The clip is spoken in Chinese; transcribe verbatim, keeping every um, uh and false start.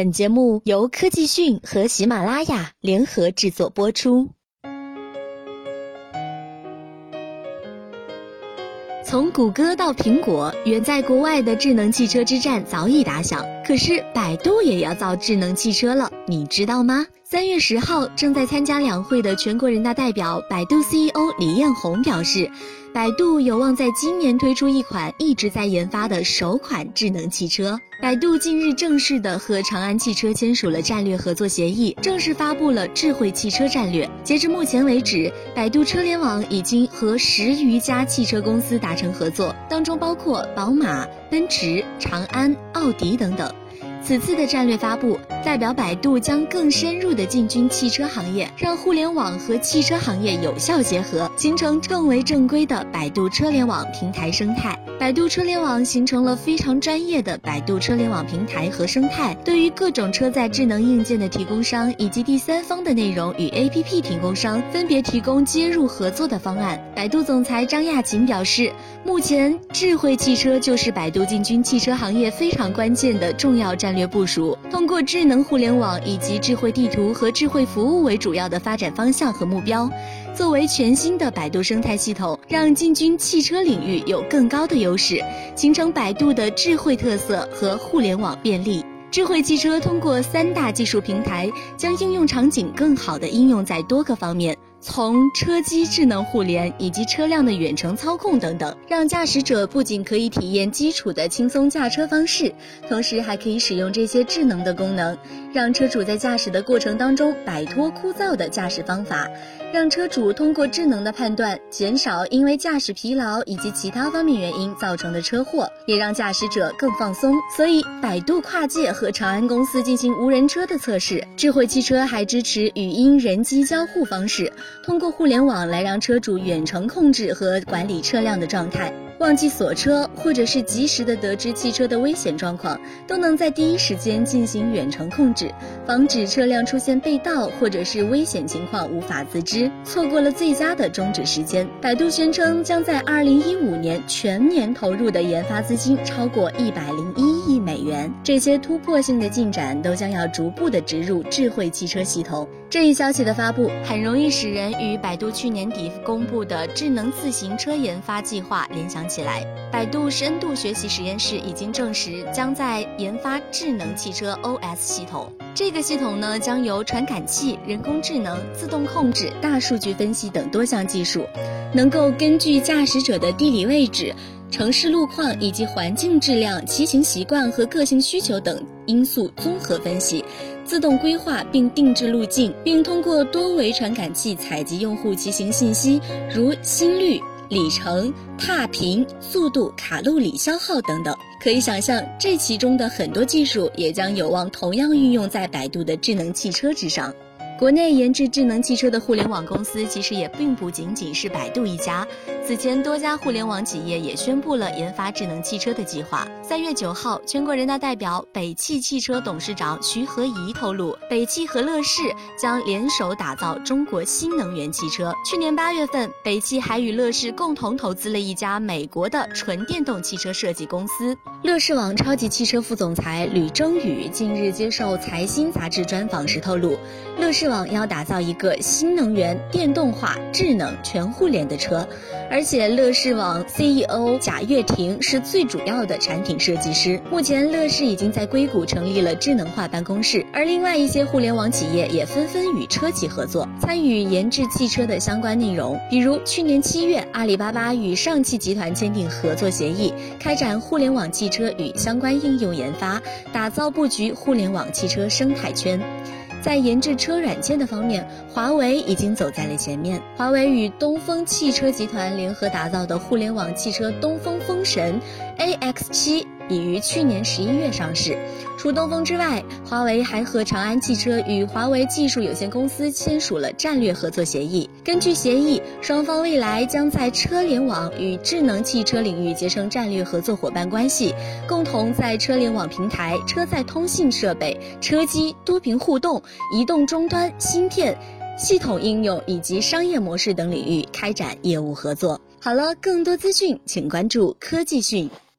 本节目由科技讯和喜马拉雅联合制作播出。从谷歌到苹果，远在国外的智能汽车之战早已打响。可是百度也要造智能汽车了，你知道吗？三月十号，正在参加两会的全国人大代表、百度 C E O 李彦宏表示，百度有望在今年推出一款一直在研发的首款智能汽车。百度近日正式的和长安汽车签署了战略合作协议，正式发布了智慧汽车战略。截至目前为止，百度车联网已经和十余家汽车公司达成合作，当中包括宝马、奔驰、长安、奥迪等等。此次的战略发布代表百度将更深入地进军汽车行业，让互联网和汽车行业有效结合，形成更为正规的百度车联网平台生态。百度车联网形成了非常专业的百度车联网平台和生态，对于各种车载智能硬件的提供商以及第三方的内容与 A P P 提供商分别提供接入合作的方案。百度总裁张亚勤表示，目前智慧汽车就是百度进军汽车行业非常关键的重要战略部署，通过智能互联网以及智慧地图和智慧服务为主要的发展方向和目标，作为全新的百度生态系统，让进军汽车领域有更高的优势，形成百度的智慧特色和互联网便利。智慧汽车通过三大技术平台，将应用场景更好地应用在多个方面，从车机智能互联以及车辆的远程操控等等，让驾驶者不仅可以体验基础的轻松驾车方式，同时还可以使用这些智能的功能，让车主在驾驶的过程当中摆脱枯燥的驾驶方法，让车主通过智能的判断减少因为驾驶疲劳以及其他方面原因造成的车祸，也让驾驶者更放松。所以百度跨界和长安公司进行无人车的测试，智慧汽车还支持语音人机交互方式，通过互联网来让车主远程控制和管理车辆的状态，忘记锁车或者是及时的得知汽车的危险状况，都能在第一时间进行远程控制，防止车辆出现被盗或者是危险情况无法自知，错过了最佳的终止时间。百度宣称将在二零一五年全年投入的研发资金超过一百零一亿美元，这些突破性的进展都将要逐步的植入智慧汽车系统。这一消息的发布很容易使人与百度去年底公布的智能自行车研发计划联想起来。百度深度学习实验室已经证实将在研发智能汽车 O S 系统，这个系统呢将由传感器、人工智能、自动控制、大数据分析等多项技术，能够根据驾驶者的地理位置、城市路况以及环境质量、骑行习惯和个性需求等因素综合分析，自动规划并定制路径，并通过多维传感器采集用户骑行信息，如心率、里程、踏频、速度、卡路里消耗等等。可以想象，这其中的很多技术也将有望同样运用在百度的智能汽车之上。国内研制智能汽车的互联网公司其实也并不仅仅是百度一家，此前多家互联网企业也宣布了研发智能汽车的计划。三月九号，全国人大代表、北汽汽车董事长徐和宜透露，北汽和乐视将联手打造中国新能源汽车。去年八月份，北汽还与乐视共同投资了一家美国的纯电动汽车设计公司。乐视网超级汽车副总裁吕征宇近日接受财新杂志专访时透露，乐视网要打造一个新能源、电动化、智能、全互联的车，而且乐视网 C E O 贾跃亭是最主要的产品设计师。目前乐视已经在硅谷成立了智能化办公室，而另外一些互联网企业也纷纷与车企合作，参与研制汽车的相关内容。比如去年七月，阿里巴巴与上汽集团签订合作协议，开展互联网汽车与相关应用研发，打造布局互联网汽车生态圈。在研制车软件的方面，华为已经走在了前面。华为与东风汽车集团联合打造的互联网汽车东风风神 A X 七 已于去年十一月上市。除东风之外，华为还和长安汽车与华为技术有限公司签署了战略合作协议。根据协议，双方未来将在车联网与智能汽车领域结成战略合作伙伴关系，共同在车联网平台、车载通信设备、车机、多屏互动、移动终端、芯片、系统应用以及商业模式等领域开展业务合作。好了，更多资讯请关注科技讯。